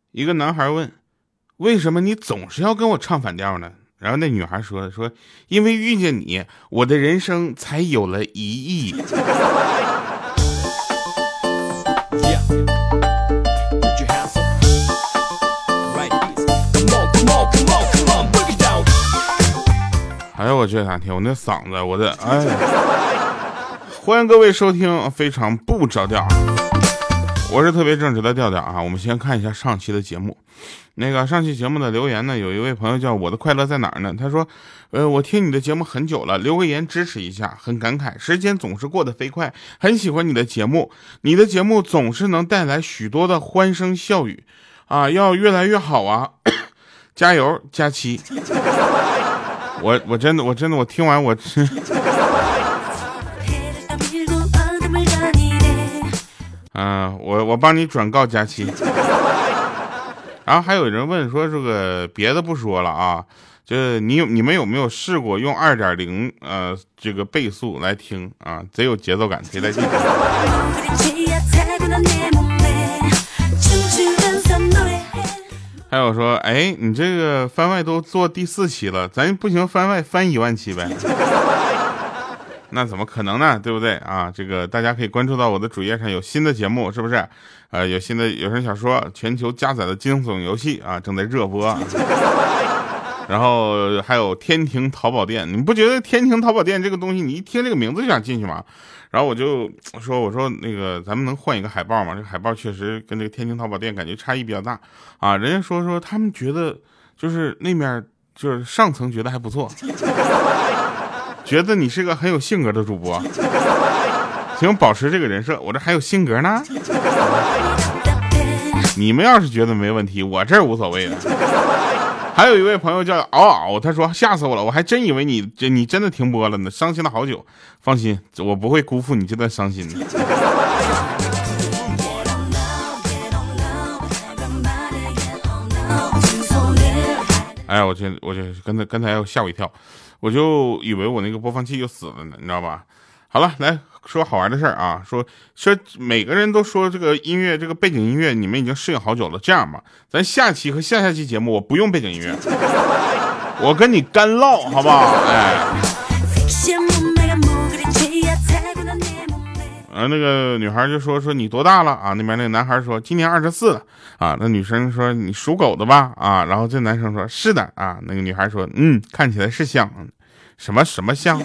一个男孩问，为什么你总是要跟我唱反调呢？然后那女孩说，因为遇见你，我的人生才有了意义。哎呀，我这两天我那嗓子，我的哎呀！欢迎各位收听非常不着调，我是特别正直的调调啊。我们先看一下上期的节目，那个上期节目的留言呢，有一位朋友叫我的快乐在哪儿呢？他说，我听你的节目很久了，留个言支持一下，很感慨，时间总是过得飞快，很喜欢你的节目，你的节目总是能带来许多的欢声笑语啊，要越来越好啊，加油，佳期。我真的我听完我我帮你转告佳期。然后还有人问说，这个别的不说了啊，就你们有没有试过用 2.0 这个倍速来听啊，贼有节奏感，贼带劲。还有说，哎，你这个番外都做第4期了，咱不行番外翻1万期呗？那怎么可能呢？对不对啊？这个大家可以关注到我的主页上有新的节目，是不是？有新的有声小说，全球加载的惊悚游戏啊，正在热播。然后还有天庭淘宝店，你们不觉得天庭淘宝店这个东西，你一听这个名字就想进去吗？然后我说那个咱们能换一个海报吗？这个海报确实跟这个天庭淘宝店感觉差异比较大啊。人家说他们觉得就是那面就是上层觉得还不错，觉得你是个很有性格的主播，请保持这个人设。我这还有性格呢。你们要是觉得没问题，我这儿无所谓的。还有一位朋友叫嗷嗷，他说吓死我了，我还真以为你真的停播了呢，伤心了好久。放心，我不会辜负你这段伤心的。哎呀，我就刚才吓我一跳，我就以为我那个播放器就死了呢，你知道吧？好了，来说好玩的事儿啊，说每个人都说这个音乐，这个背景音乐你们已经适应好久了。这样吧，咱下期和下下期节目我不用背景音乐，我跟你干唠，好不好？哎，那个女孩就说你多大了啊？那边那个男孩说今年24了啊。那女生说你属狗的吧啊？然后这男生说是的啊。那个女孩说看起来是像什么像。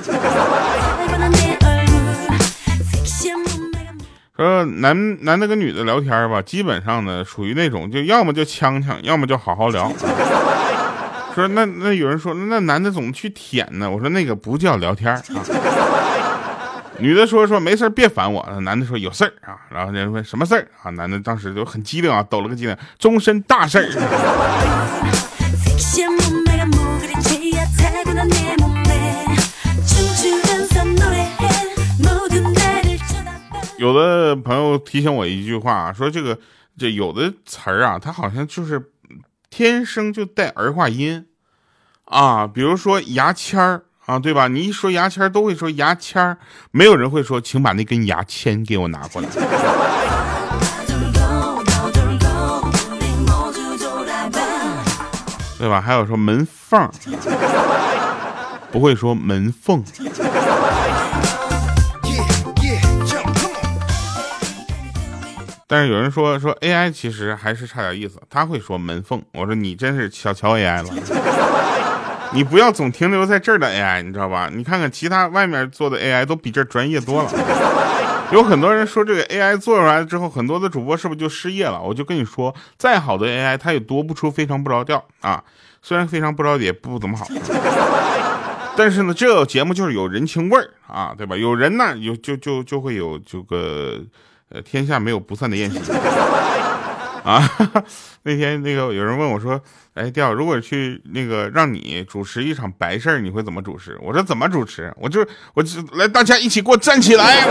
说男的跟女的聊天吧，基本上呢属于那种就要么就呛，要么就好好聊。说那有人说那男的总去舔呢，我说那个不叫聊天啊。女的说没事别烦我，男的说有事儿啊。然后人问什么事儿啊？男的当时就很机灵啊，抖了个机灵，终身大事儿。有的朋友提醒我一句话，说这有的词儿啊，它好像就是天生就带儿化音啊，比如说牙签儿啊，对吧？你一说牙签儿都会说牙签儿，没有人会说请把那根牙签给我拿过来，对吧？还有说门缝，不会说门缝。但是有人说 AI 其实还是差点意思，他会说门缝。我说你真是小瞧 AI 了，你不要总停留在这儿的 AI， 你知道吧？你看看其他外面做的 AI 都比这专业多了。有很多人说这个 AI 做出来之后，很多的主播是不是就失业了？我就跟你说，再好的 AI 它也多不出非常不着调啊，虽然非常不着调也不怎么好。但是呢，这个节目就是有人情味儿啊，对吧？有人呢，就会有这个天下没有不散的宴席啊。那天那个有人问我说，哎调，如果去那个让你主持一场白事儿，你会怎么主持？我说怎么主持？我就来，大家一起给我站起来。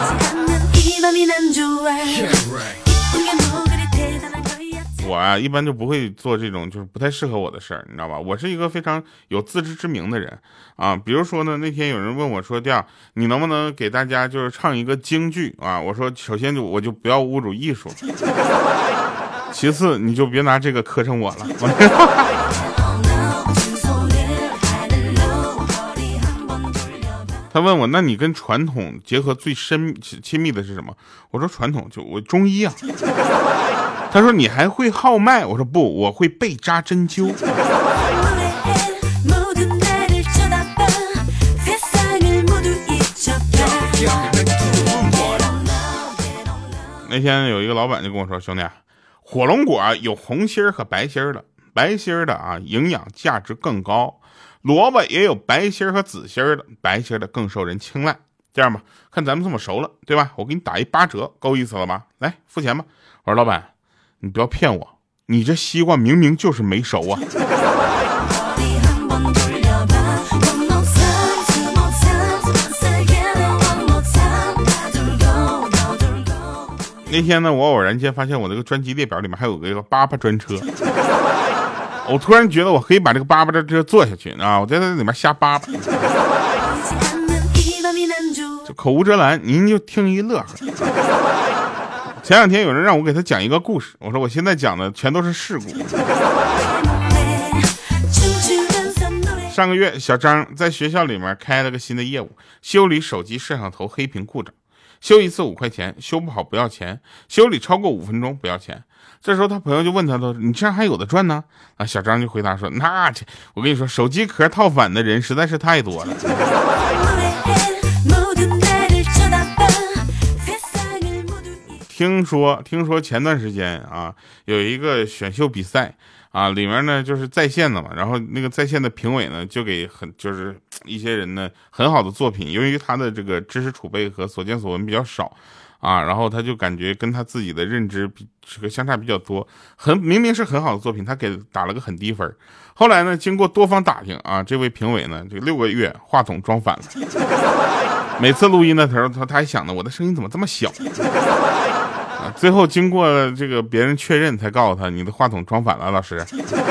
我啊一般就不会做这种就是不太适合我的事儿，你知道吧？我是一个非常有自知之明的人啊。比如说呢，那天有人问我说，调，你能不能给大家就是唱一个京剧啊？我说首先我就不要侮辱艺术， 其次你就别拿这个磕碜我了。他问我，那你跟传统结合最亲密的是什么？我说传统就我中医啊。他说你还会号脉？我说不，我会被扎针灸。那天有一个老板就跟我说，兄弟，火龙果有红心和白心的，白心的啊营养价值更高，萝卜也有白心和紫心的，白心的更受人青睐。这样吧，看咱们这么熟了，对吧？我给你打一8折，够意思了吧？来付钱吧。我说老板，你不要骗我，你这西瓜明明就是没熟啊。那天呢，我偶然间发现我这个专辑列表里面还有个888专车，我突然觉得我可以把这个888专车做下去啊！我在这里面瞎888，就口无遮拦，您就听一乐呵。前两天有人让我给他讲一个故事，我说我现在讲的全都是事故。上个月，小张在学校里面开了个新的业务，修理手机摄像头黑屏故障。修一次5块钱，修不好不要钱，修理超过5分钟不要钱。这时候他朋友就问他说，你这样还有的赚呢？啊，小张就回答说，那我跟你说，手机壳套反的人实在是太多了。听说前段时间啊，有一个选秀比赛啊，里面呢就是在线的嘛，然后那个在线的评委呢就给就是一些人呢很好的作品，由于他的这个知识储备和所见所闻比较少啊，然后他就感觉跟他自己的认知这个相差比较多，明明是很好的作品，他给打了个很低分。后来呢，经过多方打听啊，这位评委呢，这6个月话筒装反了，每次录音的时候他还想呢，我的声音怎么这么小？最后经过这个别人确认才告诉他，你的话筒装反了，老师。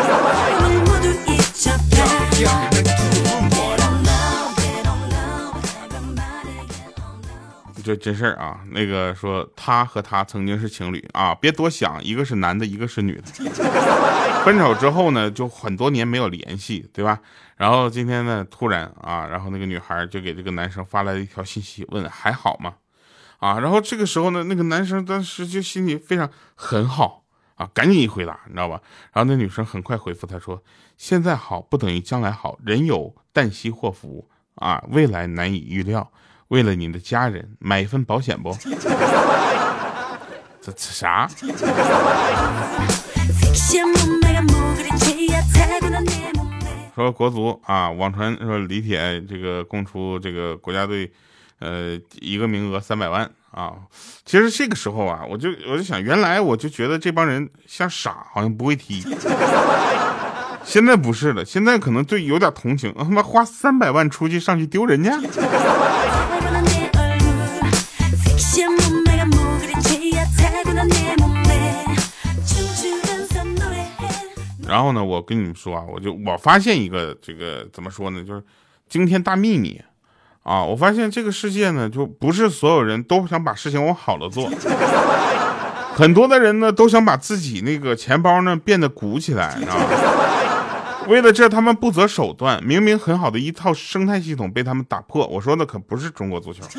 这真事儿啊，那个说他和他曾经是情侣啊，别多想，一个是男的，一个是女的。分手之后呢，就很多年没有联系，对吧？然后今天呢，突然啊，然后那个女孩就给这个男生发来了一条信息，问还好吗？啊，然后这个时候呢，那个男生当时就心里非常很好啊，赶紧一回答，你知道吧？然后那女生很快回复他说，现在好不等于将来好，人有旦夕祸福啊，未来难以预料，为了你的家人买一份保险不？这啥？说国足啊，网传说李铁这个供出这个国家队一个名额300万啊。其实这个时候啊，我就想，原来我就觉得这帮人像傻，好像不会踢。现在不是了，现在可能对有点同情，他妈花300万出去上去丢人家。然后呢，我跟你们说啊，我发现一个这个怎么说呢，就是惊天大秘密啊！我发现这个世界呢，就不是所有人都想把事情往好了做，很多的人呢都想把自己那个钱包呢变得鼓起来啊。为了这，他们不择手段，明明很好的一套生态系统被他们打破。我说的可不是中国足球。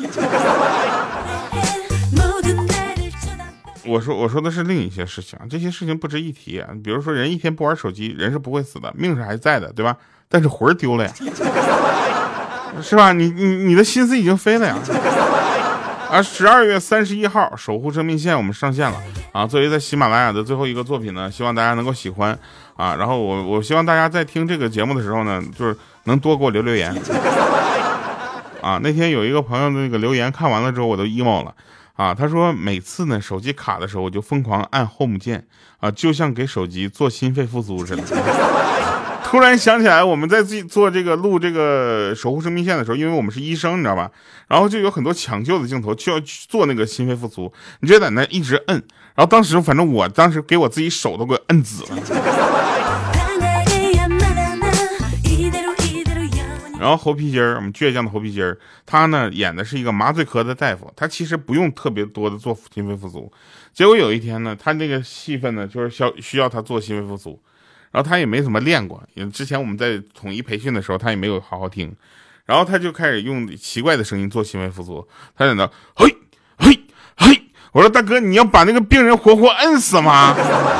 我说的是另一些事情，这些事情不值一提啊。比如说，人一天不玩手机，人是不会死的，命是还在的，对吧？但是魂丢了呀，是吧？你的心思已经飞了呀。啊，12月31号，守护生命线我们上线了啊！作为在喜马拉雅的最后一个作品呢，希望大家能够喜欢啊。然后我希望大家在听这个节目的时候呢，就是能多给我留言啊。那天有一个朋友的那个留言看完了之后，我都 emo 了。啊，他说每次呢手机卡的时候我就疯狂按 home 键啊，就像给手机做心肺复苏似的。突然想起来，我们在做这个录这个守护生命线的时候，因为我们是医生，你知道吧？然后就有很多抢救的镜头，就要去做那个心肺复苏，你就在那一直摁。然后当时反正我当时给我自己手都给摁紫了。 然后猴皮筋儿，我们倔强的猴皮筋儿，他呢演的是一个麻醉科的大夫，他其实不用特别多的做心肺复苏。结果有一天呢，他那个戏份呢就是需要他做心肺复苏，然后他也没怎么练过，因为之前我们在统一培训的时候他也没有好好听，然后他就开始用奇怪的声音做心肺复苏，他在那嘿嘿嘿，我说大哥，你要把那个病人活活摁死吗？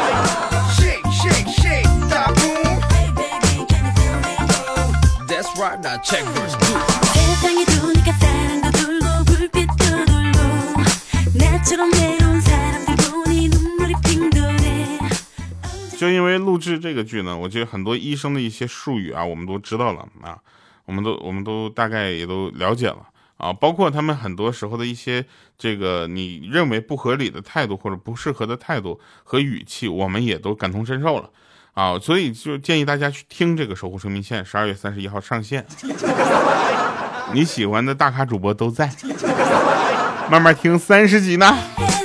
就因为录制这个剧呢，我觉得很多医生的一些术语啊，我们都知道了啊，我们都大概也都了解了啊，包括他们很多时候的一些这个你认为不合理的态度或者不适合的态度和语气，我们也都感同身受了啊，所以就建议大家去听这个守护生命线，12月31号上线，你喜欢的大咖主播都在，慢慢听30集呢。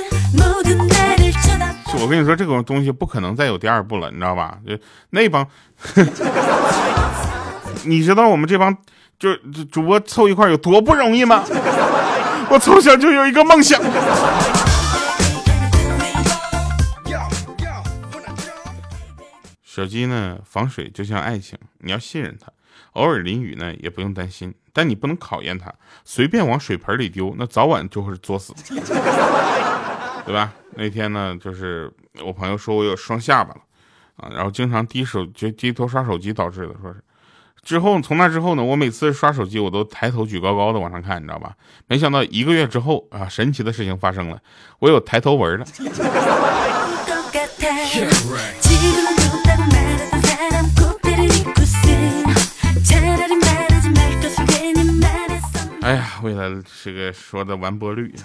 我跟你说，这种东西不可能再有第二部了，你知道吧？就那帮，你知道我们这帮就主播凑一块有多不容易吗？我从小就有一个梦想。手机呢，防水就像爱情，你要信任它。偶尔淋雨呢，也不用担心，但你不能考验它，随便往水盆里丢，那早晚就会作死。对吧？那天呢，就是我朋友说我有双下巴了啊，然后经常低头刷手机导致的，说是。从那之后呢，我每次刷手机我都抬头举高高的往上看，你知道吧？没想到1个月之后啊，神奇的事情发生了，我有抬头纹了。哎呀，为了这个说的完播率。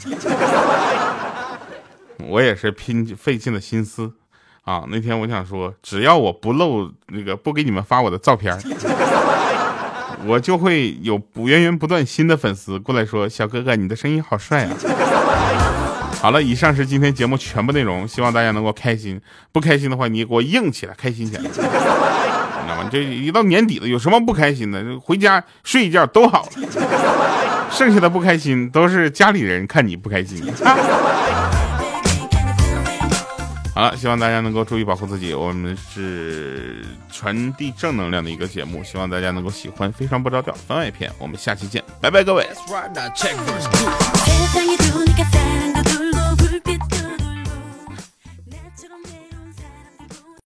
我也是费尽了心思啊！那天我想说，只要我不给你们发我的照片，我就会有源源不断新的粉丝过来说：“小哥哥，你的声音好帅啊！”好了，以上是今天节目全部内容，希望大家能够开心。不开心的话，你也给我硬起来，开心起来，你知道吗？这一到年底了，有什么不开心的？回家睡一觉都好了，剩下的不开心都是家里人看你不开心。好了，希望大家能够注意保护自己，我们是传递正能量的一个节目，希望大家能够喜欢，非常不着调番外篇，我们下期见，拜拜各位。